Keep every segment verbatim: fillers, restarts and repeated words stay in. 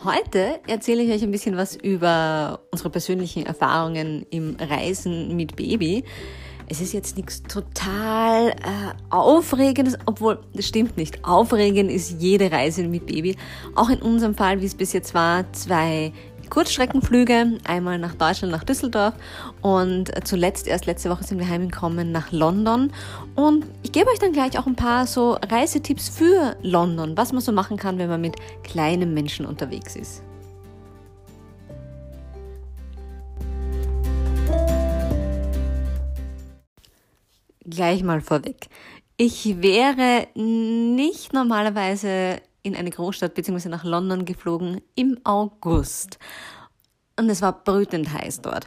Heute erzähle ich euch ein bisschen was über unsere persönlichen Erfahrungen im Reisen mit Baby. Es ist jetzt nichts total äh, Aufregendes, obwohl, das stimmt nicht. Aufregend ist jede Reise mit Baby. Auch in unserem Fall, wie es bis jetzt war, zwei Kurzstreckenflüge, einmal nach Deutschland, nach Düsseldorf und zuletzt, erst letzte Woche sind wir heimgekommen nach London. Und ich gebe euch dann gleich auch ein paar so Reisetipps für London, was man so machen kann, wenn man mit kleinen Menschen unterwegs ist. Gleich mal vorweg. Ich wäre nicht normalerweise in eine Großstadt bzw. nach London geflogen im August. Und es war brütend heiß dort.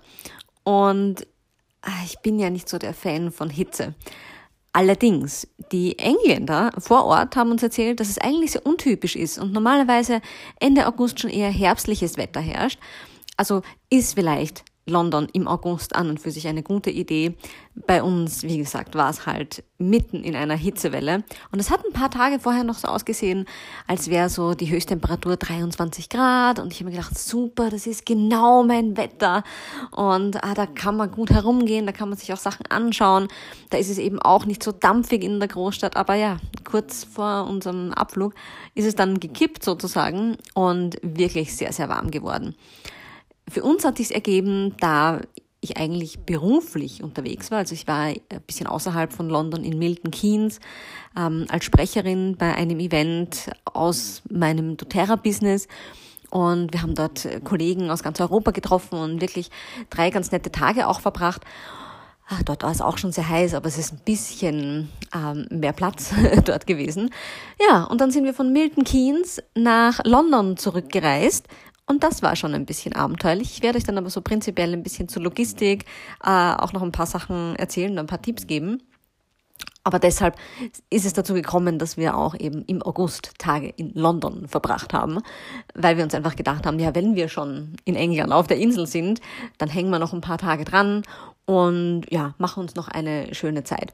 Und ich bin ja nicht so der Fan von Hitze. Allerdings, die Engländer vor Ort haben uns erzählt, dass es eigentlich sehr untypisch ist und normalerweise Ende August schon eher herbstliches Wetter herrscht. Also ist vielleicht London im August an und für sich eine gute Idee. Bei uns, wie gesagt, war es halt mitten in einer Hitzewelle. Und es hat ein paar Tage vorher noch so ausgesehen, als wäre so die Höchsttemperatur dreiundzwanzig Grad. Und ich habe mir gedacht, super, das ist genau mein Wetter. Und ah, da kann man gut herumgehen, da kann man sich auch Sachen anschauen. Da ist es eben auch nicht so dampfig in der Großstadt. Aber ja, kurz vor unserem Abflug ist es dann gekippt sozusagen und wirklich sehr, sehr warm geworden. Für uns hat sich's ergeben, da ich eigentlich beruflich unterwegs war. Also ich war ein bisschen außerhalb von London in Milton Keynes ähm, als Sprecherin bei einem Event aus meinem doTERRA-Business. Und wir haben dort Kollegen aus ganz Europa getroffen und wirklich drei ganz nette Tage auch verbracht. Ach, dort war es auch schon sehr heiß, aber es ist ein bisschen ähm, mehr Platz dort gewesen. Ja, und dann sind wir von Milton Keynes nach London zurückgereist. Und das war schon ein bisschen abenteuerlich. Ich werde euch dann aber so prinzipiell ein bisschen zur Logistik äh, auch noch ein paar Sachen erzählen und ein paar Tipps geben. Aber deshalb ist es dazu gekommen, dass wir auch eben im August Tage in London verbracht haben, weil wir uns einfach gedacht haben, ja, wenn wir schon in England auf der Insel sind, dann hängen wir noch ein paar Tage dran und ja, machen uns noch eine schöne Zeit.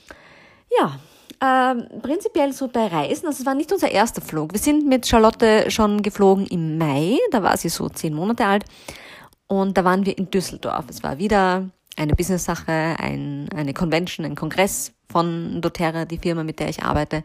Ja, Ähm, prinzipiell so bei Reisen, also es war nicht unser erster Flug. Wir sind mit Charlotte schon geflogen im Mai, da war sie so zehn Monate alt und da waren wir in Düsseldorf. Es war wieder eine Business-Sache, ein, eine Convention, ein Kongress von doTERRA, die Firma, mit der ich arbeite.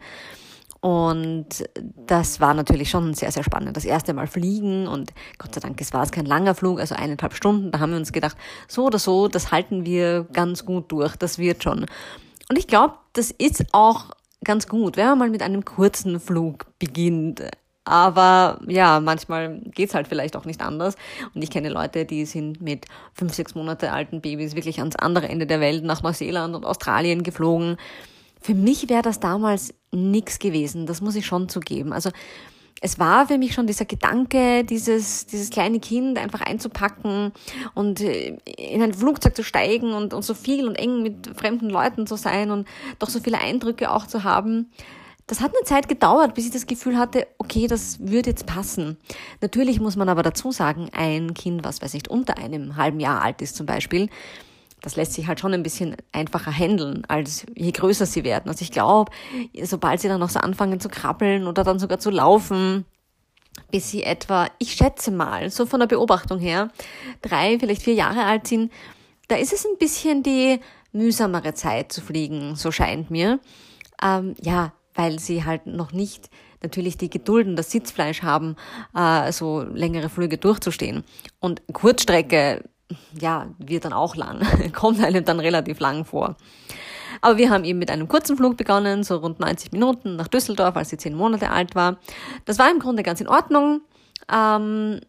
Und das war natürlich schon sehr, sehr spannend. Das erste Mal fliegen und Gott sei Dank, es war es kein langer Flug, also eineinhalb Stunden. Da haben wir uns gedacht, so oder so, das halten wir ganz gut durch, das wird schon. Und ich glaube, das ist auch ganz gut, wenn man mal mit einem kurzen Flug beginnt. Aber ja, manchmal geht's halt vielleicht auch nicht anders. Und ich kenne Leute, die sind mit fünf, sechs Monate alten Babys wirklich ans andere Ende der Welt, nach Neuseeland und Australien geflogen. Für mich wäre das damals nix gewesen, das muss ich schon zugeben. Also es war für mich schon dieser Gedanke, dieses dieses kleine Kind einfach einzupacken und in ein Flugzeug zu steigen und, und so viel und eng mit fremden Leuten zu sein und doch so viele Eindrücke auch zu haben. Das hat eine Zeit gedauert, bis ich das Gefühl hatte, okay, das würde jetzt passen. Natürlich muss man aber dazu sagen, ein Kind, was weiß ich, unter einem halben Jahr alt ist zum Beispiel, das lässt sich halt schon ein bisschen einfacher handeln, als je größer sie werden. Also ich glaube, sobald sie dann noch so anfangen zu krabbeln oder dann sogar zu laufen, bis sie etwa, ich schätze mal, so von der Beobachtung her, drei, vielleicht vier Jahre alt sind, da ist es ein bisschen die mühsamere Zeit zu fliegen, so scheint mir. Ähm, ja, weil sie halt noch nicht natürlich die Geduld und das Sitzfleisch haben, äh, so längere Flüge durchzustehen. Und Kurzstrecke, ja, wird dann auch lang, kommt einem dann relativ lang vor. Aber wir haben eben mit einem kurzen Flug begonnen, so rund neunzig Minuten nach Düsseldorf, als sie zehn Monate alt war. Das war im Grunde ganz in Ordnung. Ähm,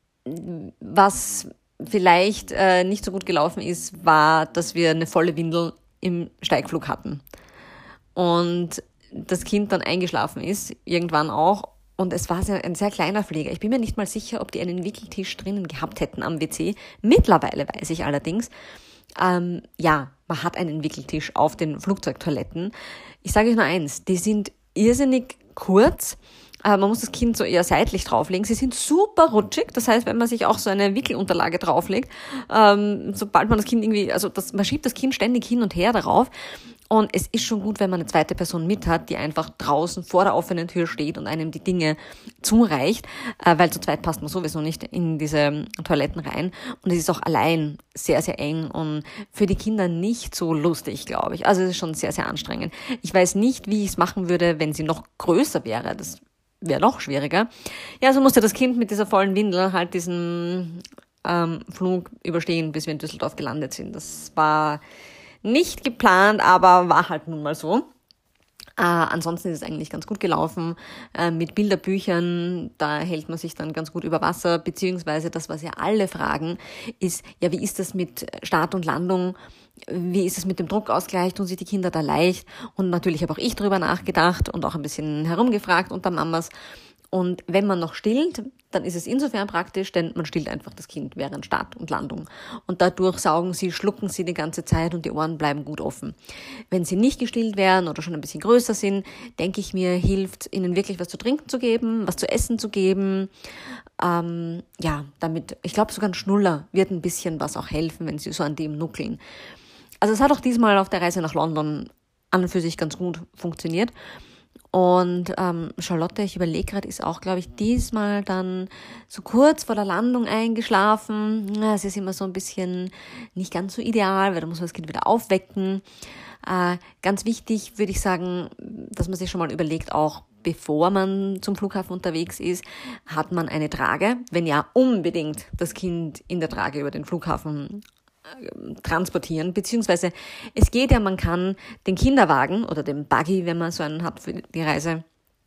was vielleicht äh, nicht so gut gelaufen ist, war, dass wir eine volle Windel im Steigflug hatten. Und das Kind dann eingeschlafen ist, irgendwann auch. Und es war ein sehr kleiner Flieger. Ich bin mir nicht mal sicher, ob die einen Wickeltisch drinnen gehabt hätten am W C. Mittlerweile weiß ich allerdings, ähm, ja, man hat einen Wickeltisch auf den Flugzeugtoiletten. Ich sage euch nur eins, die sind irrsinnig kurz. Äh, man muss das Kind so eher seitlich drauflegen. Sie sind super rutschig. Das heißt, wenn man sich auch so eine Wickelunterlage drauflegt, ähm, sobald man das Kind irgendwie, also das, man schiebt das Kind ständig hin und her darauf. Und es ist schon gut, wenn man eine zweite Person mit hat, die einfach draußen vor der offenen Tür steht und einem die Dinge zureicht, äh, weil zu zweit passt man sowieso nicht in diese Toiletten rein. Und es ist auch allein sehr, sehr eng und für die Kinder nicht so lustig, glaube ich. Also es ist schon sehr, sehr anstrengend. Ich weiß nicht, wie ich es machen würde, wenn sie noch größer wäre. Das wäre noch schwieriger. Ja, so musste das Kind mit dieser vollen Windel halt diesen ähm, Flug überstehen, bis wir in Düsseldorf gelandet sind. Das war nicht geplant, aber war halt nun mal so. Äh, ansonsten ist es eigentlich ganz gut gelaufen. Äh, mit Bilderbüchern, da hält man sich dann ganz gut über Wasser, beziehungsweise das, was ja alle fragen, ist, ja, wie ist das mit Start und Landung? Wie ist es mit dem Druckausgleich? Tun sich die Kinder da leicht? Und natürlich habe auch ich drüber nachgedacht und auch ein bisschen herumgefragt unter Mamas. Und wenn man noch stillt, dann ist es insofern praktisch, denn man stillt einfach das Kind während Start und Landung. Und dadurch saugen sie, schlucken sie die ganze Zeit und die Ohren bleiben gut offen. Wenn sie nicht gestillt werden oder schon ein bisschen größer sind, denke ich mir, hilft ihnen wirklich was zu trinken zu geben, was zu essen zu geben. Ähm, ja, damit, ich glaube sogar ein Schnuller wird ein bisschen was auch helfen, wenn sie so an dem nuckeln. Also es hat auch diesmal auf der Reise nach London an und für sich ganz gut funktioniert. Und ähm, Charlotte, ich überlege gerade, ist auch, glaube ich, diesmal dann so kurz vor der Landung eingeschlafen. Ja, es ist immer so ein bisschen nicht ganz so ideal, weil da muss man das Kind wieder aufwecken. Äh, ganz wichtig würde ich sagen, dass man sich schon mal überlegt, auch bevor man zum Flughafen unterwegs ist, hat man eine Trage. Wenn ja, unbedingt das Kind in der Trage über den Flughafen transportieren, beziehungsweise es geht ja, man kann den Kinderwagen oder den Buggy, wenn man so einen hat für die Reise,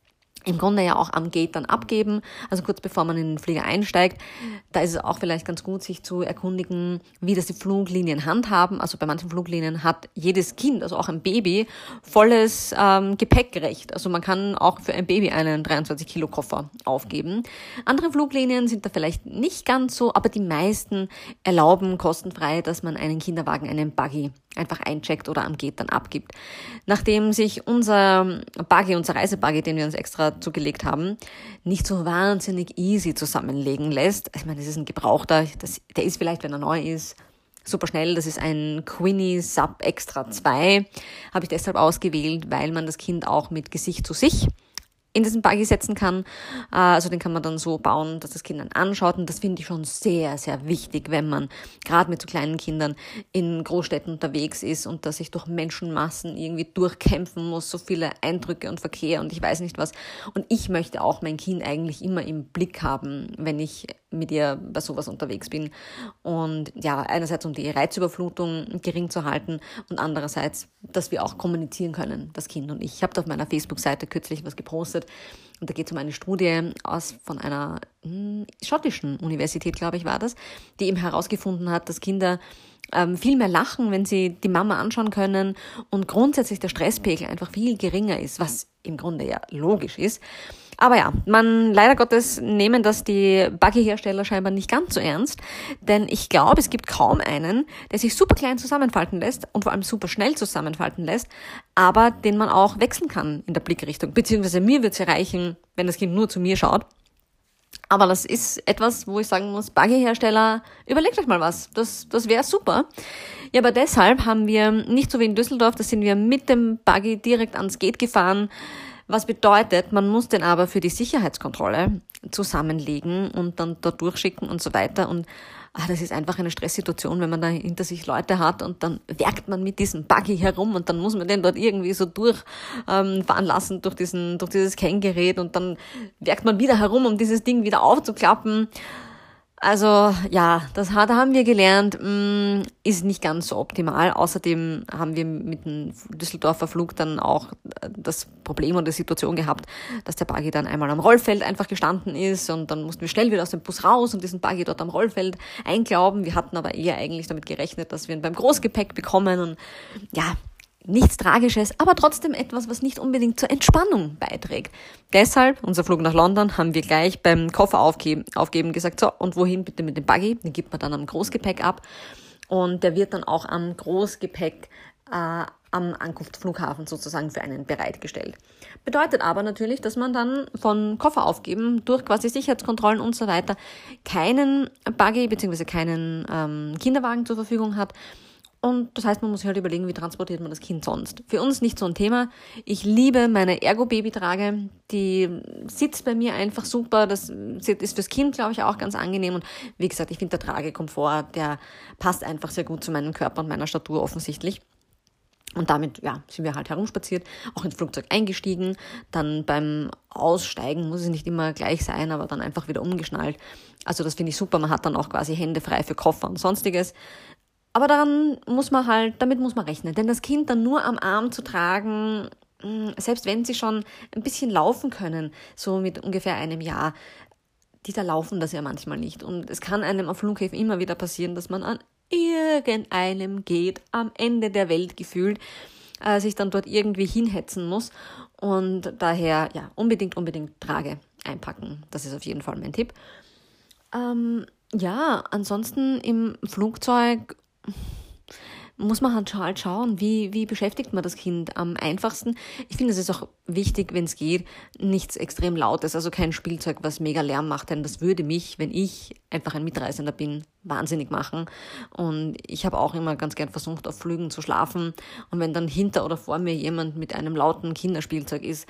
im Grunde ja auch am Gate dann abgeben, also kurz bevor man in den Flieger einsteigt. Da ist es auch vielleicht ganz gut, sich zu erkundigen, wie das die Fluglinien handhaben. Also bei manchen Fluglinien hat jedes Kind, also auch ein Baby, volles ähm, Gepäckrecht. Also man kann auch für ein Baby einen dreiundzwanzig Kilo Koffer aufgeben. Andere Fluglinien sind da vielleicht nicht ganz so, aber die meisten erlauben kostenfrei, dass man einen Kinderwagen, einen Buggy einfach eincheckt oder am Gate dann abgibt. Nachdem sich unser Buggy, unser Reisebuggy, den wir uns extra zugelegt haben, nicht so wahnsinnig easy zusammenlegen lässt. Ich meine, das ist ein Gebrauchter, das, der ist vielleicht, wenn er neu ist, super schnell. Das ist ein Queenie Sub Extra zwei. Habe ich deshalb ausgewählt, weil man das Kind auch mit Gesicht zu sich in diesen Buggy setzen kann. Also den kann man dann so bauen, dass das Kind dann anschaut. Und das finde ich schon sehr, sehr wichtig, wenn man gerade mit so kleinen Kindern in Großstädten unterwegs ist und dass sich durch Menschenmassen irgendwie durchkämpfen muss, so viele Eindrücke und Verkehr und ich weiß nicht was. Und ich möchte auch mein Kind eigentlich immer im Blick haben, wenn ich mit ihr bei sowas unterwegs bin. Und ja, einerseits um die Reizüberflutung gering zu halten und andererseits, dass wir auch kommunizieren können, das Kind und ich. Ich habe da auf meiner Facebook-Seite kürzlich was gepostet und da geht es um eine Studie aus von einer hm, schottischen Universität, glaube ich, war das, die eben herausgefunden hat, dass Kinder ähm, viel mehr lachen, wenn sie die Mama anschauen können und grundsätzlich der Stresspegel einfach viel geringer ist, was im Grunde ja logisch ist. Aber ja, man, leider Gottes nehmen das die Buggy-Hersteller scheinbar nicht ganz so ernst, denn ich glaube, es gibt kaum einen, der sich super klein zusammenfalten lässt und vor allem super schnell zusammenfalten lässt, aber den man auch wechseln kann in der Blickrichtung, beziehungsweise mir wird es ja reichen, wenn das Kind nur zu mir schaut. Aber das ist etwas, wo ich sagen muss, Buggy-Hersteller, überlegt euch mal was, das, das wäre super. Ja, aber deshalb haben wir, nicht so wie in Düsseldorf, da sind wir mit dem Buggy direkt ans Gate gefahren. Was bedeutet, man muss den aber für die Sicherheitskontrolle zusammenlegen und dann da durchschicken und so weiter. Und ach, das ist einfach eine Stresssituation, wenn man da hinter sich Leute hat und dann werkt man mit diesem Buggy herum und dann muss man den dort irgendwie so durchfahren ähm, lassen durch diesen, durch dieses Kenngerät und dann werkt man wieder herum, um dieses Ding wieder aufzuklappen. Also ja, das da haben wir gelernt, mh, ist nicht ganz so optimal. Außerdem haben wir mit dem Düsseldorfer Flug dann auch das Problem und die Situation gehabt, dass der Buggy dann einmal am Rollfeld einfach gestanden ist und dann mussten wir schnell wieder aus dem Bus raus und diesen Buggy dort am Rollfeld einklauben. Wir hatten aber eher eigentlich damit gerechnet, dass wir ihn beim Großgepäck bekommen und ja, nichts Tragisches, aber trotzdem etwas, was nicht unbedingt zur Entspannung beiträgt. Deshalb, unser Flug nach London, haben wir gleich beim Koffer aufgeben, aufgeben gesagt, so, und wohin bitte mit dem Buggy? Den gibt man dann am Großgepäck ab und der wird dann auch am Großgepäck äh, am Ankunftsflughafen sozusagen für einen bereitgestellt. Bedeutet aber natürlich, dass man dann von Koffer aufgeben durch quasi Sicherheitskontrollen und so weiter keinen Buggy bzw. keinen ähm, Kinderwagen zur Verfügung hat. Und das heißt, man muss sich halt überlegen, wie transportiert man das Kind sonst. Für uns nicht so ein Thema. Ich liebe meine Ergo-Baby-Trage. Die sitzt bei mir einfach super. Das ist fürs Kind, glaube ich, auch ganz angenehm. Und wie gesagt, ich finde, der Tragekomfort, der passt einfach sehr gut zu meinem Körper und meiner Statur offensichtlich. Und damit, ja, sind wir halt herumspaziert, auch ins Flugzeug eingestiegen. Dann beim Aussteigen muss es nicht immer gleich sein, aber dann einfach wieder umgeschnallt. Also das finde ich super. Man hat dann auch quasi Hände frei für Koffer und Sonstiges. Aber daran muss man halt, damit muss man rechnen. Denn das Kind dann nur am Arm zu tragen, selbst wenn sie schon ein bisschen laufen können, so mit ungefähr einem Jahr, die da laufen das ja manchmal nicht. Und es kann einem auf Flughäfen immer wieder passieren, dass man an irgendeinem geht, am Ende der Welt gefühlt, äh, sich dann dort irgendwie hinhetzen muss. Und daher, ja, unbedingt, unbedingt Trage einpacken. Das ist auf jeden Fall mein Tipp. Ähm, ja, ansonsten im Flugzeug muss man halt halt schauen, wie, wie beschäftigt man das Kind am einfachsten. Ich finde, es ist auch wichtig, wenn es geht, nichts extrem Lautes, also kein Spielzeug, was mega Lärm macht, denn das würde mich, wenn ich einfach ein Mitreisender bin, wahnsinnig machen. Und ich habe auch immer ganz gern versucht, auf Flügen zu schlafen. Und wenn dann hinter oder vor mir jemand mit einem lauten Kinderspielzeug ist,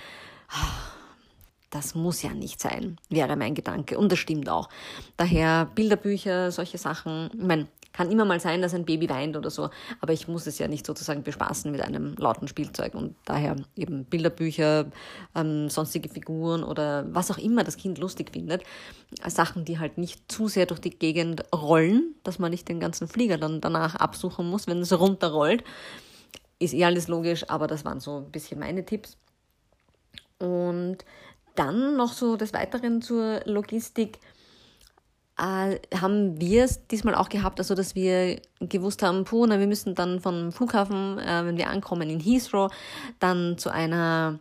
das muss ja nicht sein, wäre mein Gedanke. Und das stimmt auch. Daher Bilderbücher, solche Sachen. Ich meine, kann immer mal sein, dass ein Baby weint oder so, aber ich muss es ja nicht sozusagen bespaßen mit einem lauten Spielzeug. Und daher eben Bilderbücher, ähm, sonstige Figuren oder was auch immer das Kind lustig findet. Sachen, die halt nicht zu sehr durch die Gegend rollen, dass man nicht den ganzen Flieger dann danach absuchen muss, wenn es runterrollt. Ist eh alles logisch, aber das waren so ein bisschen meine Tipps. Und dann noch so des Weiteren zur Logistik. Äh, haben wir es diesmal auch gehabt, also dass wir gewusst haben, puh, na, wir müssen dann vom Flughafen, äh, wenn wir ankommen in Heathrow, dann zu einer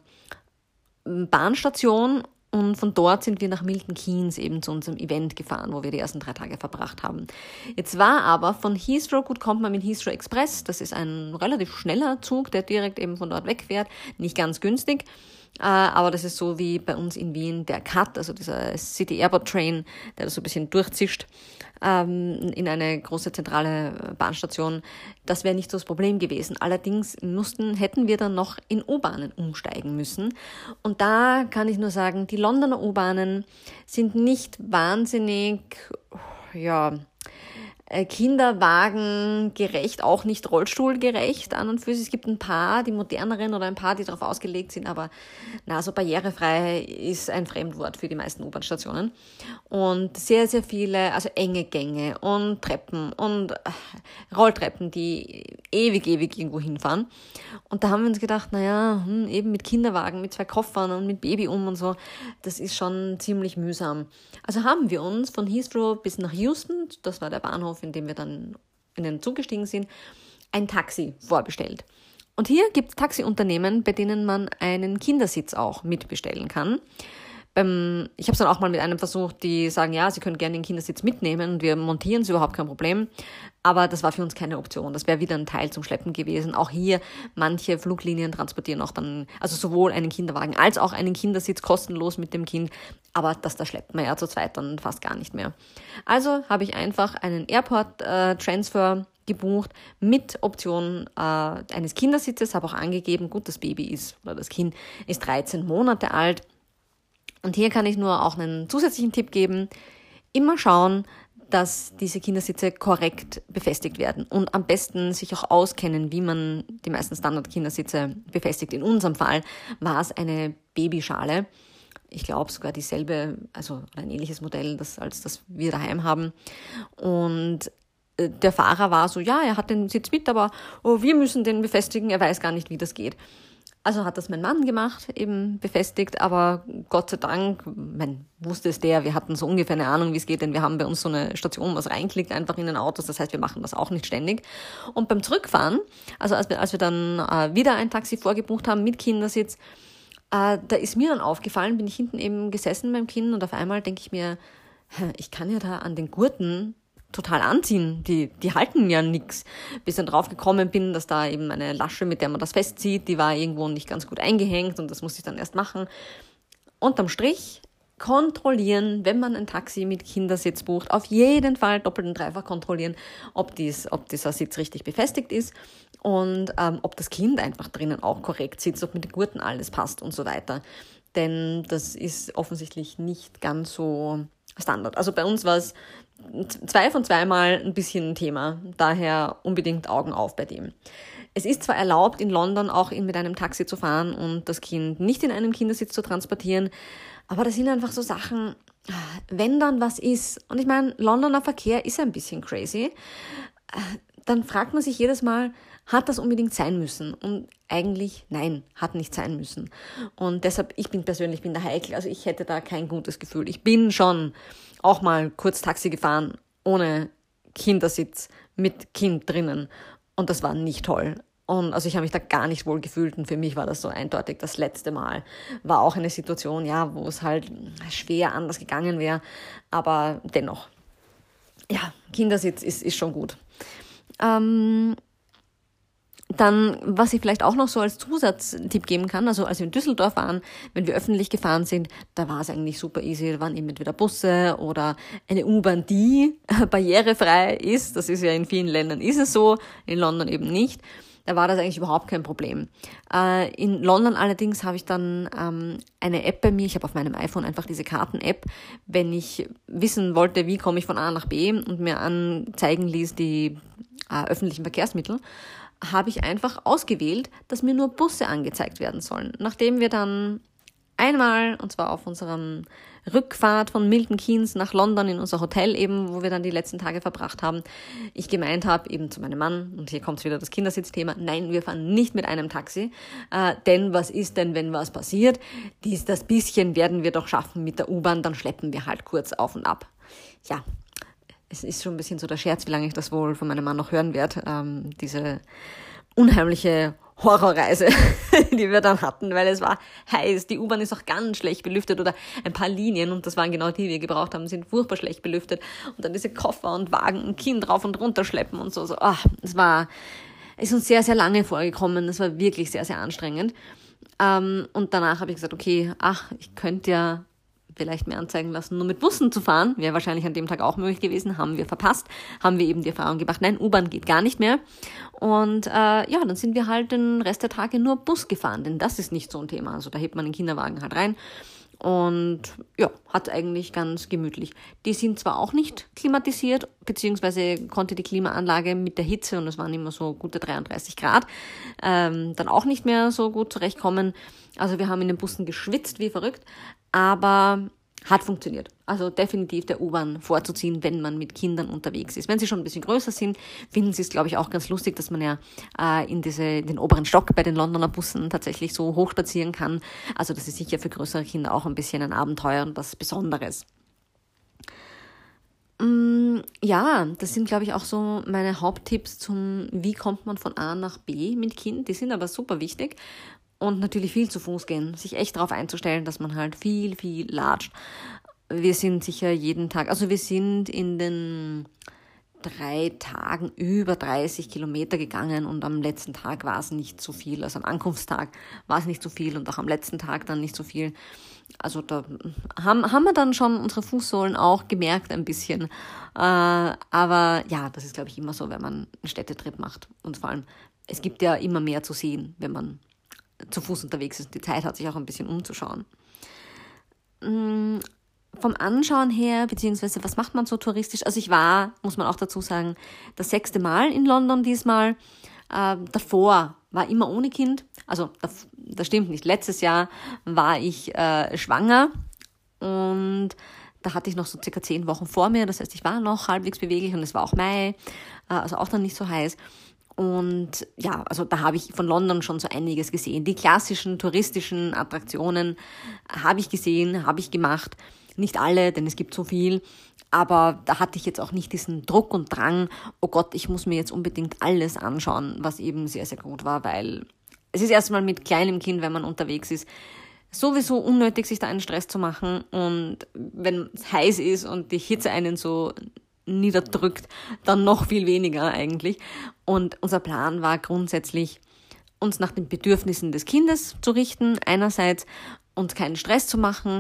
Bahnstation und von dort sind wir nach Milton Keynes eben zu unserem Event gefahren, wo wir die ersten drei Tage verbracht haben. Jetzt war aber von Heathrow, gut, kommt man mit Heathrow Express, das ist ein relativ schneller Zug, der direkt eben von dort wegfährt, nicht ganz günstig. Aber das ist so wie bei uns in Wien der C A T, also dieser City Airport Train, der das so ein bisschen durchzischt in eine große zentrale Bahnstation. Das wäre nicht so das Problem gewesen. Allerdings mussten, hätten wir dann noch in U-Bahnen umsteigen müssen. Und da kann ich nur sagen, die Londoner U-Bahnen sind nicht wahnsinnig, ja, kinderwagengerecht, auch nicht rollstuhlgerecht an und für sich. Es gibt ein paar, die moderneren oder ein paar, die darauf ausgelegt sind, aber na, so barrierefrei ist ein Fremdwort für die meisten U-Bahn-Stationen. Und sehr, sehr viele, also enge Gänge und Treppen und Rolltreppen, die ewig, ewig irgendwo hinfahren. Und da haben wir uns gedacht, naja, hm, eben mit Kinderwagen, mit zwei Koffern und mit Baby um und so, das ist schon ziemlich mühsam. Also haben wir uns von Heathrow bis nach Euston, das war der Bahnhof, in dem wir dann in den Zug gestiegen sind, ein Taxi vorbestellt. Und hier gibt es Taxiunternehmen, bei denen man einen Kindersitz auch mitbestellen kann. Beim, ich habe es dann auch mal mit einem versucht, die sagen, ja, sie können gerne den Kindersitz mitnehmen und wir montieren es, überhaupt kein Problem. Aber das war für uns keine Option. Das wäre wieder ein Teil zum Schleppen gewesen. Auch hier, manche Fluglinien transportieren auch dann, also sowohl einen Kinderwagen als auch einen Kindersitz kostenlos mit dem Kind. Aber das, da schleppt man ja zu zweit dann fast gar nicht mehr. Also habe ich einfach einen Airport-Transfer gebucht mit Option äh, eines Kindersitzes, habe auch angegeben, gut, das Baby ist, oder das Kind ist dreizehn Monate alt. Und hier kann ich nur auch einen zusätzlichen Tipp geben, immer schauen, dass diese Kindersitze korrekt befestigt werden und am besten sich auch auskennen, wie man die meisten Standard-Kindersitze befestigt. In unserem Fall war es eine Babyschale. Ich glaube sogar dieselbe, also ein ähnliches Modell, das, als das wir daheim haben. Und der Fahrer war so, ja, er hat den Sitz mit, aber oh, wir müssen den befestigen, er weiß gar nicht, wie das geht. Also hat das mein Mann gemacht, eben befestigt, aber Gott sei Dank, man wusste es der, wir hatten so ungefähr eine Ahnung, wie es geht, denn wir haben bei uns so eine Station, was reinklickt einfach in den Autos, das heißt, wir machen das auch nicht ständig. Und beim Zurückfahren, also als wir, als wir dann äh, wieder ein Taxi vorgebucht haben mit Kindersitz, äh, da ist mir dann aufgefallen, bin ich hinten eben gesessen beim Kind und auf einmal denke ich mir, ich kann ja da an den Gurten total anziehen, die, die halten ja nix. Bis dann drauf gekommen bin, dass da eben eine Lasche, mit der man das festzieht, die war irgendwo nicht ganz gut eingehängt und das musste ich dann erst machen. Unterm Strich kontrollieren, wenn man ein Taxi mit Kindersitz bucht, auf jeden Fall doppelt und dreifach kontrollieren, ob, dies, ob dieser Sitz richtig befestigt ist und ähm, ob das Kind einfach drinnen auch korrekt sitzt, ob mit den Gurten alles passt und so weiter. Denn das ist offensichtlich nicht ganz so Standard. Also bei uns war es zwei von zweimal ein bisschen ein Thema, daher unbedingt Augen auf bei dem. Es ist zwar erlaubt, in London auch mit einem Taxi zu fahren und das Kind nicht in einem Kindersitz zu transportieren, aber das sind einfach so Sachen, wenn dann was ist, und ich meine, Londoner Verkehr ist ein bisschen crazy, dann fragt man sich jedes Mal, hat das unbedingt sein müssen? Und eigentlich, nein, hat nicht sein müssen. Und deshalb, ich bin persönlich, bin da heikel, also ich hätte da kein gutes Gefühl. Ich bin schon auch mal kurz Taxi gefahren, ohne Kindersitz, mit Kind drinnen. Und das war nicht toll. Und also ich habe mich da gar nicht wohl gefühlt und für mich war das so eindeutig das letzte Mal. War auch eine Situation, ja, wo es halt schwer anders gegangen wäre, aber dennoch, ja, Kindersitz ist, ist schon gut. Ähm, Dann, was ich vielleicht auch noch so als Zusatztipp geben kann, also als wir in Düsseldorf waren, wenn wir öffentlich gefahren sind, da war es eigentlich super easy, da waren eben entweder Busse oder eine U-Bahn, die barrierefrei ist, das ist ja in vielen Ländern ist es so, in London eben nicht. Da war das eigentlich überhaupt kein Problem. Äh, in London allerdings habe ich dann ähm, eine App bei mir, ich habe auf meinem iPhone einfach diese Karten-App, wenn ich wissen wollte, wie komme ich von A nach B und mir anzeigen ließ die äh, öffentlichen Verkehrsmittel, habe ich einfach ausgewählt, dass mir nur Busse angezeigt werden sollen. Nachdem wir dann einmal, und zwar auf unserem Rückfahrt von Milton Keynes nach London in unser Hotel eben, wo wir dann die letzten Tage verbracht haben, ich gemeint habe, eben zu meinem Mann, und hier kommt wieder das Kindersitzthema, nein, wir fahren nicht mit einem Taxi, äh, denn was ist denn, wenn was passiert? Dies, das bisschen werden wir doch schaffen mit der U-Bahn, dann schleppen wir halt kurz auf und ab. Ja, es ist schon ein bisschen so der Scherz, wie lange ich das wohl von meinem Mann noch hören werde, ähm, diese unheimliche Horrorreise, die wir dann hatten, weil es war heiß, die U-Bahn ist auch ganz schlecht belüftet oder ein paar Linien, und das waren genau die, die wir gebraucht haben, sind furchtbar schlecht belüftet, und dann diese Koffer und Wagen und Kind rauf und runter schleppen und so, so, ah, es war, ist uns sehr, sehr lange vorgekommen, das war wirklich sehr, sehr anstrengend, ähm, und danach habe ich gesagt, okay, ach, ich könnte ja vielleicht mehr anzeigen lassen, nur mit Bussen zu fahren, wäre wahrscheinlich an dem Tag auch möglich gewesen, haben wir verpasst, haben wir eben die Erfahrung gemacht, nein, U-Bahn geht gar nicht mehr, und äh, ja, dann sind wir halt den Rest der Tage nur Bus gefahren, denn das ist nicht so ein Thema, also da hebt man den Kinderwagen halt rein und ja, hat eigentlich ganz gemütlich. Die sind zwar auch nicht klimatisiert, beziehungsweise konnte die Klimaanlage mit der Hitze, und es waren immer so gute dreiunddreißig Grad, ähm, dann auch nicht mehr so gut zurechtkommen, also wir haben in den Bussen geschwitzt wie verrückt, aber hat funktioniert. Also definitiv der U-Bahn vorzuziehen, wenn man mit Kindern unterwegs ist. Wenn sie schon ein bisschen größer sind, finden sie es, glaube ich, auch ganz lustig, dass man ja äh, in diese, in den oberen Stock bei den Londoner Bussen tatsächlich so hoch spazieren kann. Also das ist sicher für größere Kinder auch ein bisschen ein Abenteuer und was Besonderes. Mm, ja, das sind, glaube ich, auch so meine Haupttipps zum, wie kommt man von A nach B mit Kind. Die sind aber super wichtig. Und natürlich viel zu Fuß gehen, sich echt darauf einzustellen, dass man halt viel, viel latscht. Wir sind sicher jeden Tag, also wir sind in den drei Tagen über dreißig Kilometer gegangen, und am letzten Tag war es nicht so viel, also am Ankunftstag war es nicht so viel und auch am letzten Tag dann nicht so viel. Also da haben, haben wir dann schon unsere Fußsohlen auch gemerkt ein bisschen. Äh, aber ja, das ist, glaube ich, immer so, wenn man einen Städtetrip macht. Und vor allem, es gibt ja immer mehr zu sehen, wenn man zu Fuß unterwegs ist. Die Zeit hat sich auch ein bisschen umzuschauen. Vom Anschauen her, beziehungsweise was macht man so touristisch? Also ich war, muss man auch dazu sagen, das sechste Mal in London diesmal. Äh, davor war immer ohne Kind. Also das, das stimmt nicht. Letztes Jahr war ich äh, schwanger, und da hatte ich noch so circa zehn Wochen vor mir. Das heißt, ich war noch halbwegs beweglich und es war auch Mai, äh, also auch dann nicht so heiß. Und ja, also da habe ich von London schon so einiges gesehen. Die klassischen touristischen Attraktionen habe ich gesehen, habe ich gemacht. Nicht alle, denn es gibt so viel. Aber da hatte ich jetzt auch nicht diesen Druck und Drang, oh Gott, ich muss mir jetzt unbedingt alles anschauen, was eben sehr, sehr gut war, weil es ist erstmal mit kleinem Kind, wenn man unterwegs ist, sowieso unnötig, sich da einen Stress zu machen. Und wenn es heiß ist und die Hitze einen so niederdrückt, dann noch viel weniger eigentlich. Und unser Plan war grundsätzlich, uns nach den Bedürfnissen des Kindes zu richten, einerseits uns keinen Stress zu machen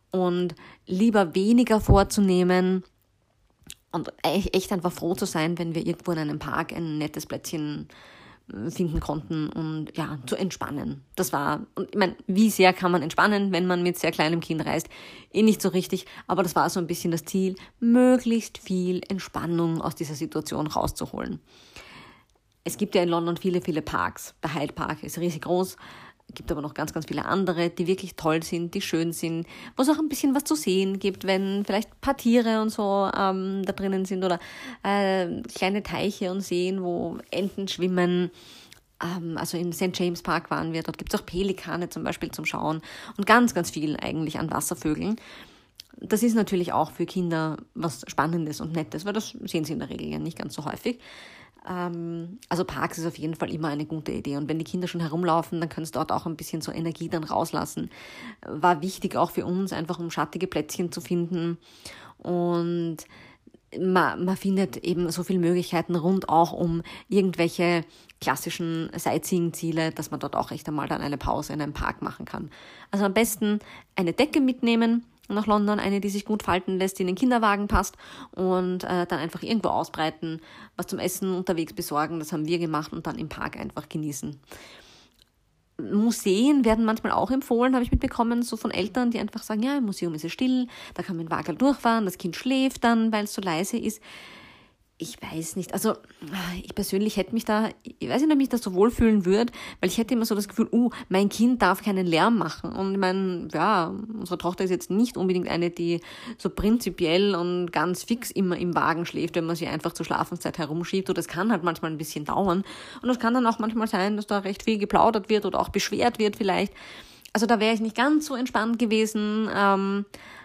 und lieber weniger vorzunehmen und echt einfach froh zu sein, wenn wir irgendwo in einem Park ein nettes Plätzchen finden konnten und ja, zu entspannen. Das war, und ich meine, wie sehr kann man entspannen, wenn man mit sehr kleinem Kind reist? Eh nicht so richtig, aber das war so ein bisschen das Ziel, möglichst viel Entspannung aus dieser Situation rauszuholen. Es gibt ja in London viele, viele Parks. Der Hyde Park ist riesig groß. Es gibt aber noch ganz, ganz viele andere, die wirklich toll sind, die schön sind, wo es auch ein bisschen was zu sehen gibt, wenn vielleicht ein paar Tiere und so ähm, da drinnen sind oder äh, kleine Teiche und Seen, wo Enten schwimmen. Ähm, also im Saint James Park waren wir, dort gibt es auch Pelikane zum Beispiel zum Schauen und ganz, ganz viel eigentlich an Wasservögeln. Das ist natürlich auch für Kinder was Spannendes und Nettes, weil das sehen sie in der Regel ja nicht ganz so häufig. Also Parks ist auf jeden Fall immer eine gute Idee. Und wenn die Kinder schon herumlaufen, dann können sie dort auch ein bisschen so Energie dann rauslassen. War wichtig auch für uns, einfach um schattige Plätzchen zu finden. Und man, man findet eben so viele Möglichkeiten rund auch um irgendwelche klassischen Sightseeing-Ziele, dass man dort auch echt einmal dann eine Pause in einem Park machen kann. Also am besten eine Decke mitnehmen nach London, eine, die sich gut falten lässt, die in den Kinderwagen passt und äh, dann einfach irgendwo ausbreiten, was zum Essen unterwegs besorgen, das haben wir gemacht und dann im Park einfach genießen. Museen werden manchmal auch empfohlen, habe ich mitbekommen, so von Eltern, die einfach sagen, ja, im Museum ist es still, da kann man mit Wagel durchfahren, das Kind schläft dann, weil es so leise ist. Ich weiß nicht, also ich persönlich hätte mich da, ich weiß nicht, ob ich mich da so wohlfühlen würde, weil ich hätte immer so das Gefühl, uh, mein Kind darf keinen Lärm machen. Und ich meine, ja, unsere Tochter ist jetzt nicht unbedingt eine, die so prinzipiell und ganz fix immer im Wagen schläft, wenn man sie einfach zur Schlafenszeit herumschiebt. Und das kann halt manchmal ein bisschen dauern. Und es kann dann auch manchmal sein, dass da recht viel geplaudert wird oder auch beschwert wird vielleicht. Also da wäre ich nicht ganz so entspannt gewesen, ähm,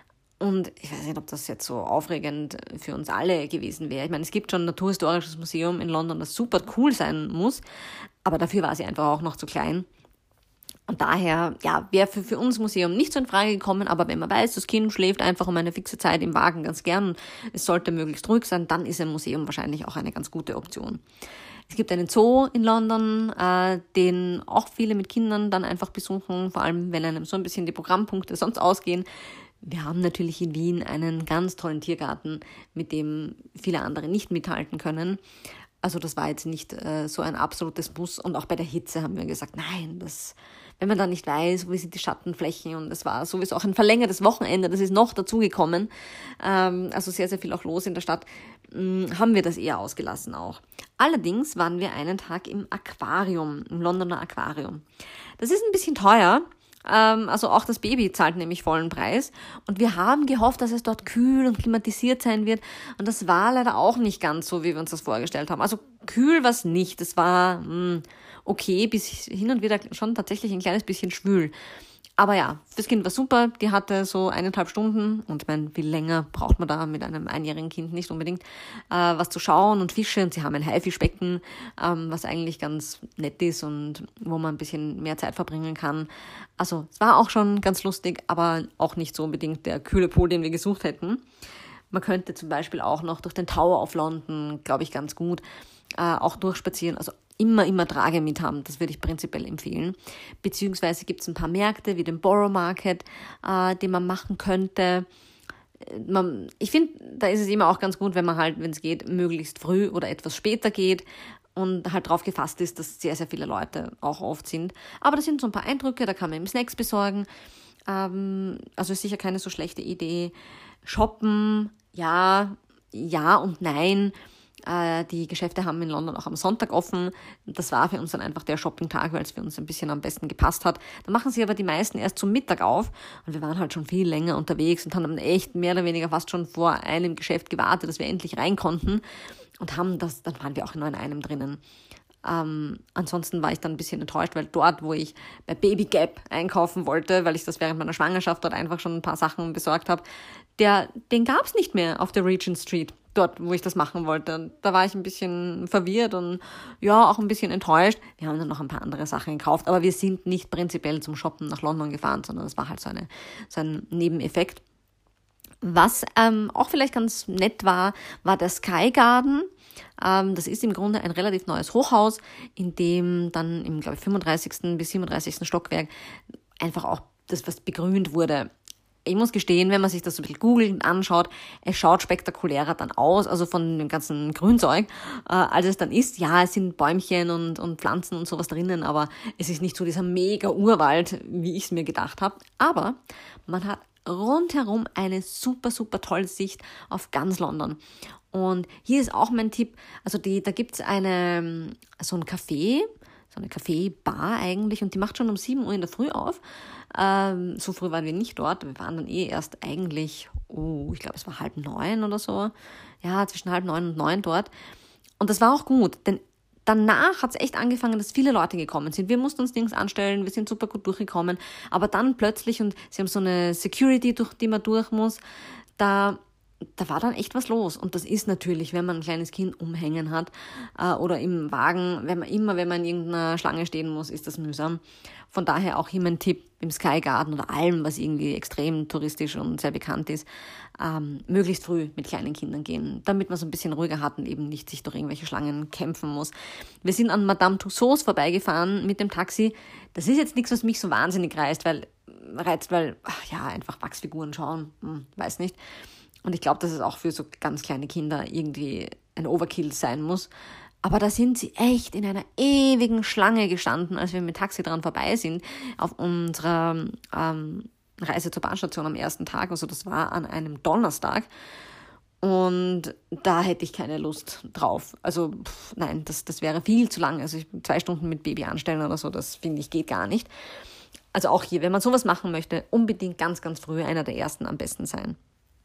und ich weiß nicht, ob das jetzt so aufregend für uns alle gewesen wäre. Ich meine, es gibt schon ein Naturhistorisches Museum in London, das super cool sein muss, aber dafür war sie einfach auch noch zu klein. Und daher, ja, wäre für, für uns Museum nicht so in Frage gekommen, aber wenn man weiß, das Kind schläft einfach um eine fixe Zeit im Wagen ganz gern, es sollte möglichst ruhig sein, dann ist ein Museum wahrscheinlich auch eine ganz gute Option. Es gibt einen Zoo in London, äh, den auch viele mit Kindern dann einfach besuchen, vor allem wenn einem so ein bisschen die Programmpunkte sonst ausgehen. Wir haben natürlich in Wien einen ganz tollen Tiergarten, mit dem viele andere nicht mithalten können. Also das war jetzt nicht äh, so ein absolutes Muss. Und auch bei der Hitze haben wir gesagt, nein, das, wenn man dann nicht weiß, wo sind die Schattenflächen. Und es war sowieso auch ein verlängertes Wochenende, das ist noch dazugekommen. Ähm, also sehr, sehr viel auch los in der Stadt. Ähm, haben wir das eher ausgelassen auch. Allerdings waren wir einen Tag im Aquarium, im Londoner Aquarium. Das ist ein bisschen teuer. Also auch das Baby zahlt nämlich vollen Preis. Und wir haben gehofft, dass es dort kühl und klimatisiert sein wird. Und das war leider auch nicht ganz so, wie wir uns das vorgestellt haben. Also kühl war es nicht. Es war mh, okay, bis hin und wieder schon tatsächlich ein kleines bisschen schwül. Aber ja, fürs Kind war super. Die hatte so eineinhalb Stunden und ich meine, viel länger braucht man da mit einem einjährigen Kind nicht unbedingt, äh, was zu schauen und Fische. Und sie haben ein Haifischbecken, ähm, was eigentlich ganz nett ist und wo man ein bisschen mehr Zeit verbringen kann. Also es war auch schon ganz lustig, aber auch nicht so unbedingt der kühle Pool, den wir gesucht hätten. Man könnte zum Beispiel auch noch durch den Tower of London, glaube ich, ganz gut äh, auch durchspazieren. Also immer, immer Trage mit haben. Das würde ich prinzipiell empfehlen. Beziehungsweise gibt es ein paar Märkte wie den Borough Market, äh, die man machen könnte. Man, ich finde, da ist es immer auch ganz gut, wenn man halt, wenn es geht, möglichst früh oder etwas später geht und halt darauf gefasst ist, dass sehr, sehr viele Leute auch oft sind. Aber das sind so ein paar Eindrücke, da kann man eben Snacks besorgen. Ähm, also ist sicher keine so schlechte Idee. Shoppen, ja, ja und nein. Die Geschäfte haben in London auch am Sonntag offen. Das war für uns dann einfach der Shopping-Tag, weil es für uns ein bisschen am besten gepasst hat. Da machen sie aber die meisten erst zum Mittag auf. Und wir waren halt schon viel länger unterwegs und haben dann echt mehr oder weniger fast schon vor einem Geschäft gewartet, dass wir endlich rein konnten. Und haben das, dann waren wir auch nur in einem drinnen. Ähm, ansonsten war ich dann ein bisschen enttäuscht, weil dort, wo ich bei Baby Gap einkaufen wollte, weil ich das während meiner Schwangerschaft dort einfach schon ein paar Sachen besorgt habe, der, den gab es nicht mehr auf der Regent Street, dort, wo ich das machen wollte. Und da war ich ein bisschen verwirrt und ja, auch ein bisschen enttäuscht. Wir haben dann noch ein paar andere Sachen gekauft, aber wir sind nicht prinzipiell zum Shoppen nach London gefahren, sondern das war halt so, eine, so ein Nebeneffekt. Was ähm, auch vielleicht ganz nett war, war der Sky Garden. Ähm, das ist im Grunde ein relativ neues Hochhaus, in dem dann im, glaube ich, fünfunddreißigsten bis siebenunddreißigsten Stockwerk einfach auch das, was begrünt wurde, ich muss gestehen, wenn man sich das so ein bisschen googelt und anschaut, es schaut spektakulärer dann aus, also von dem ganzen Grünzeug, äh, als es dann ist. Ja, es sind Bäumchen und, und Pflanzen und sowas drinnen, aber es ist nicht so dieser mega Urwald, wie ich es mir gedacht habe. Aber man hat rundherum eine super, super tolle Sicht auf ganz London. Und hier ist auch mein Tipp, also die, da gibt's eine, so ein Café, so eine Kaffeebar eigentlich, und die macht schon um sieben Uhr in der Früh auf. Ähm, so früh waren wir nicht dort, wir waren dann eh erst eigentlich, oh, ich glaube es war halb neun oder so, ja, zwischen halb neun und neun dort. Und das war auch gut, denn danach hat es echt angefangen, dass viele Leute gekommen sind. Wir mussten uns nirgends anstellen, wir sind super gut durchgekommen, aber dann plötzlich, und sie haben so eine Security, durch die man durch muss, da da war dann echt was los. Und das ist natürlich, wenn man ein kleines Kind umhängen hat äh, oder im Wagen, wenn man immer, wenn man in irgendeiner Schlange stehen muss, ist das mühsam. Von daher auch hier mein Tipp im Sky Garden oder allem, was irgendwie extrem touristisch und sehr bekannt ist, ähm, möglichst früh mit kleinen Kindern gehen, damit man so ein bisschen ruhiger hat und eben nicht sich durch irgendwelche Schlangen kämpfen muss. Wir sind an Madame Tussauds vorbeigefahren mit dem Taxi. Das ist jetzt nichts, was mich so wahnsinnig reizt, weil, reizt, weil ach ja, einfach Wachsfiguren schauen, hm, weiß nicht. Und ich glaube, dass es auch für so ganz kleine Kinder irgendwie ein Overkill sein muss. Aber da sind sie echt in einer ewigen Schlange gestanden, als wir mit Taxi dran vorbei sind, auf unserer ähm, Reise zur Bahnstation am ersten Tag. Also das war an einem Donnerstag. Und da hätte ich keine Lust drauf. Also pff, nein, das, das wäre viel zu lang. Also ich, zwei Stunden mit Baby anstellen oder so, das finde ich geht gar nicht. Also auch hier, wenn man sowas machen möchte, unbedingt ganz, ganz früh einer der ersten am besten sein.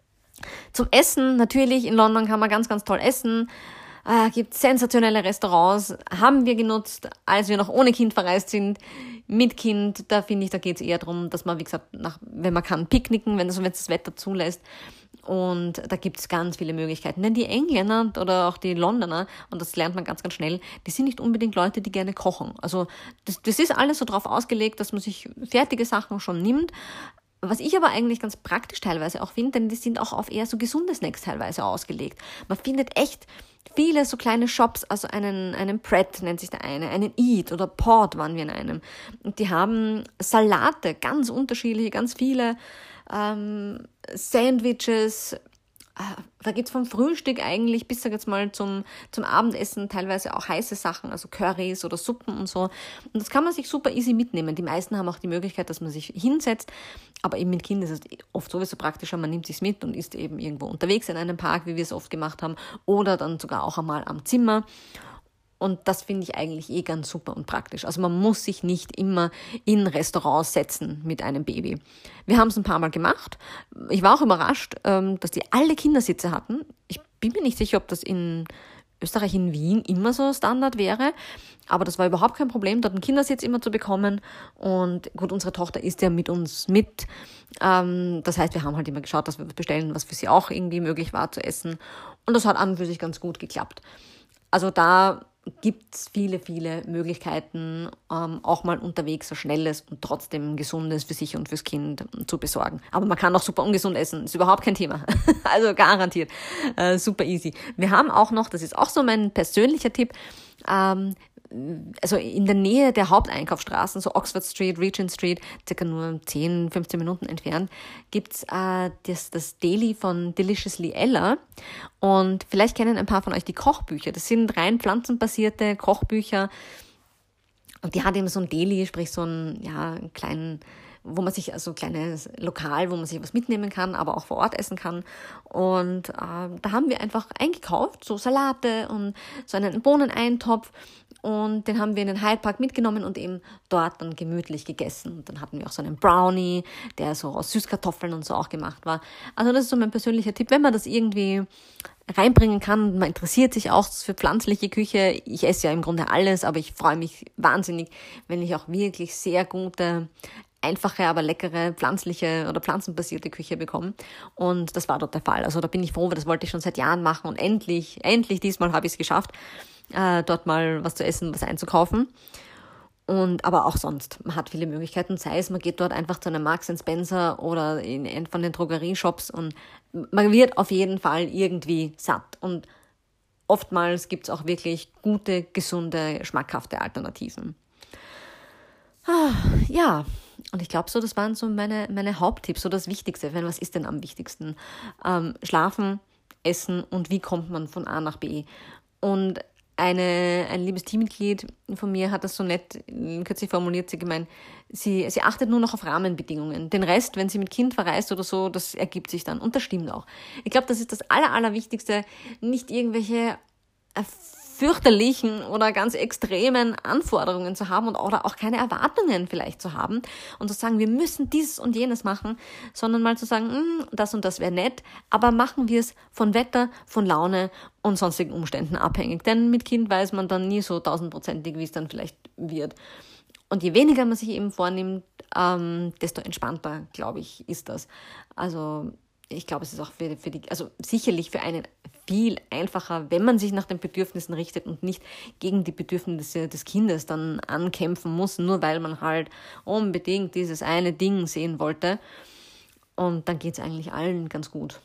Zum Essen, natürlich, in London kann man ganz, ganz toll essen. Äh, gibt sensationelle Restaurants, haben wir genutzt, als wir noch ohne Kind verreist sind. Mit Kind, da finde ich, da geht es eher darum, dass man, wie gesagt, nach, wenn man kann, picknicken, wenn das, wenn das Wetter zulässt. Und da gibt es ganz viele Möglichkeiten. Denn die Engländer oder auch die Londoner, und das lernt man ganz, ganz schnell, die sind nicht unbedingt Leute, die gerne kochen. Also das, das ist alles so drauf ausgelegt, dass man sich fertige Sachen schon nimmt. Was ich aber eigentlich ganz praktisch teilweise auch finde, denn die sind auch auf eher so gesunde Snacks teilweise ausgelegt. Man findet echt viele so kleine Shops, also einen, einen Pret nennt sich der eine, einen Eat oder Port waren wir in einem. Und die haben Salate, ganz unterschiedliche, ganz viele, ähm, Sandwiches. Da gibt's vom Frühstück eigentlich bis sag jetzt mal zum, zum Abendessen teilweise auch heiße Sachen, also Currys oder Suppen und so. Und das kann man sich super easy mitnehmen. Die meisten haben auch die Möglichkeit, dass man sich hinsetzt. Aber eben mit Kindern ist es oft sowieso praktischer, man nimmt sich's mit und ist eben irgendwo unterwegs in einem Park, wie wir es oft gemacht haben, oder dann sogar auch einmal am Zimmer. Und das finde ich eigentlich eh ganz super und praktisch. Also man muss sich nicht immer in Restaurants setzen mit einem Baby. Wir haben es ein paar Mal gemacht. Ich war auch überrascht, dass die alle Kindersitze hatten. Ich bin mir nicht sicher, ob das in Österreich, in Wien, immer so Standard wäre. Aber das war überhaupt kein Problem, dort einen Kindersitz immer zu bekommen. Und gut, unsere Tochter ist ja mit uns mit. Das heißt, wir haben halt immer geschaut, dass wir bestellen, was für sie auch irgendwie möglich war zu essen. Und das hat an und für sich ganz gut geklappt. Also da gibt es viele, viele Möglichkeiten, ähm, auch mal unterwegs so Schnelles und trotzdem Gesundes für sich und fürs Kind zu besorgen. Aber man kann auch super ungesund essen, ist überhaupt kein Thema. Also garantiert, äh, super easy. Wir haben auch noch, das ist auch so mein persönlicher Tipp, ähm, also in der Nähe der Haupteinkaufsstraßen, so Oxford Street, Regent Street, circa nur zehn, fünfzehn Minuten entfernt, gibt's äh, das, das Deli von Deliciously Ella. Und vielleicht kennen ein paar von euch die Kochbücher. Das sind rein pflanzenbasierte Kochbücher. Und die hat eben so ein Deli, sprich so einen, ja, einen kleinen, wo man sich, also ein kleines Lokal, wo man sich was mitnehmen kann, aber auch vor Ort essen kann. Und äh, da haben wir einfach eingekauft, so Salate und so einen Bohneneintopf. Und den haben wir in den Hyde Park mitgenommen und eben dort dann gemütlich gegessen. Und dann hatten wir auch so einen Brownie, der so aus Süßkartoffeln und so auch gemacht war. Also das ist so mein persönlicher Tipp, wenn man das irgendwie reinbringen kann. Man interessiert sich auch für pflanzliche Küche. Ich esse ja im Grunde alles, aber ich freue mich wahnsinnig, wenn ich auch wirklich sehr gute, einfache, aber leckere pflanzliche oder pflanzenbasierte Küche bekomme. Und das war dort der Fall. Also da bin ich froh, weil das wollte ich schon seit Jahren machen. Und endlich, endlich diesmal habe ich es geschafft, äh, dort mal was zu essen, was einzukaufen. Und aber auch sonst, man hat viele Möglichkeiten, sei es, man geht dort einfach zu einem Marks and Spencer oder in einen von den Drogerieshops und man wird auf jeden Fall irgendwie satt. Und oftmals gibt es auch wirklich gute, gesunde, schmackhafte Alternativen. Ah, ja, und ich glaube so, das waren so meine, meine Haupttipps, so das Wichtigste. Wenn, was ist denn am wichtigsten? Ähm, schlafen, essen und wie kommt man von A nach B? Und eine, ein liebes Teammitglied von mir hat das so nett kürzlich formuliert, sie gemeint, sie, sie achtet nur noch auf Rahmenbedingungen. Den Rest, wenn sie mit Kind verreist oder so, das ergibt sich dann. Und das stimmt auch. Ich glaube, das ist das Aller, Allerwichtigste, nicht irgendwelche fürchterlichen oder ganz extremen Anforderungen zu haben und oder auch keine Erwartungen vielleicht zu haben und zu sagen, wir müssen dieses und jenes machen, sondern mal zu sagen, das und das wäre nett, aber machen wir es von Wetter, von Laune und sonstigen Umständen abhängig. Denn mit Kind weiß man dann nie so tausendprozentig, wie es dann vielleicht wird. Und je weniger man sich eben vornimmt, ähm, desto entspannter, glaube ich, ist das. Also ich glaube, es ist auch für, für die, also sicherlich für einen viel einfacher, wenn man sich nach den Bedürfnissen richtet und nicht gegen die Bedürfnisse des Kindes dann ankämpfen muss, nur weil man halt unbedingt dieses eine Ding sehen wollte. Und dann geht es eigentlich allen ganz gut.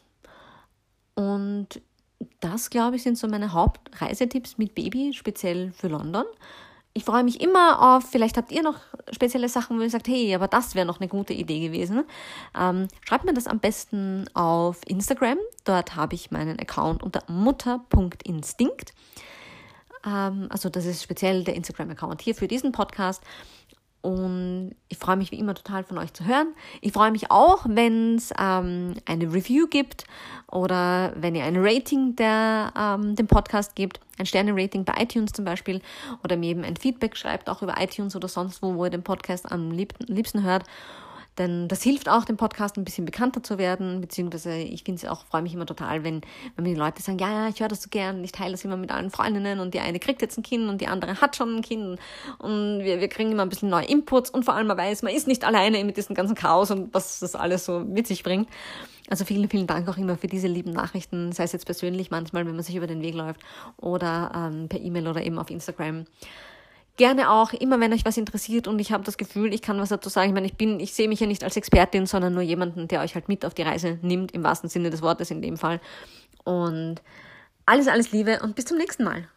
Und das, glaube ich, sind so meine Hauptreisetipps mit Baby, speziell für London. Ich freue mich immer auf, vielleicht habt ihr noch spezielle Sachen, wo ihr sagt, hey, aber das wäre noch eine gute Idee gewesen. Ähm, schreibt mir das am besten auf Instagram. Dort habe ich meinen Account unter mutter punkt instinct. Ähm, also das ist speziell der Instagram-Account hier für diesen Podcast. Und ich freue mich wie immer total von euch zu hören. Ich freue mich auch, wenn es ähm, eine Review gibt oder wenn ihr ein Rating der, ähm, dem Podcast gibt, ein Sterne-Rating bei iTunes zum Beispiel oder mir eben ein Feedback schreibt, auch über iTunes oder sonst wo, wo ihr den Podcast am liebsten hört. Denn das hilft auch, dem Podcast ein bisschen bekannter zu werden, beziehungsweise ich finde es auch, freue mich immer total, wenn, wenn mir die Leute sagen, ja, ja, ich höre das so gern, ich teile das immer mit allen Freundinnen und die eine kriegt jetzt ein Kind und die andere hat schon ein Kind und wir, wir kriegen immer ein bisschen neue Inputs und vor allem man weiß, man ist nicht alleine mit diesem ganzen Chaos und was das alles so mit sich bringt. Also vielen, vielen Dank auch immer für diese lieben Nachrichten, sei es jetzt persönlich manchmal, wenn man sich über den Weg läuft oder ähm, per E-Mail oder eben auf Instagram. Gerne auch, immer wenn euch was interessiert und ich habe das Gefühl, ich kann was dazu sagen. Ich meine, ich bin, ich sehe mich ja nicht als Expertin, sondern nur jemanden, der euch halt mit auf die Reise nimmt, im wahrsten Sinne des Wortes in dem Fall. Und alles, alles Liebe und bis zum nächsten Mal.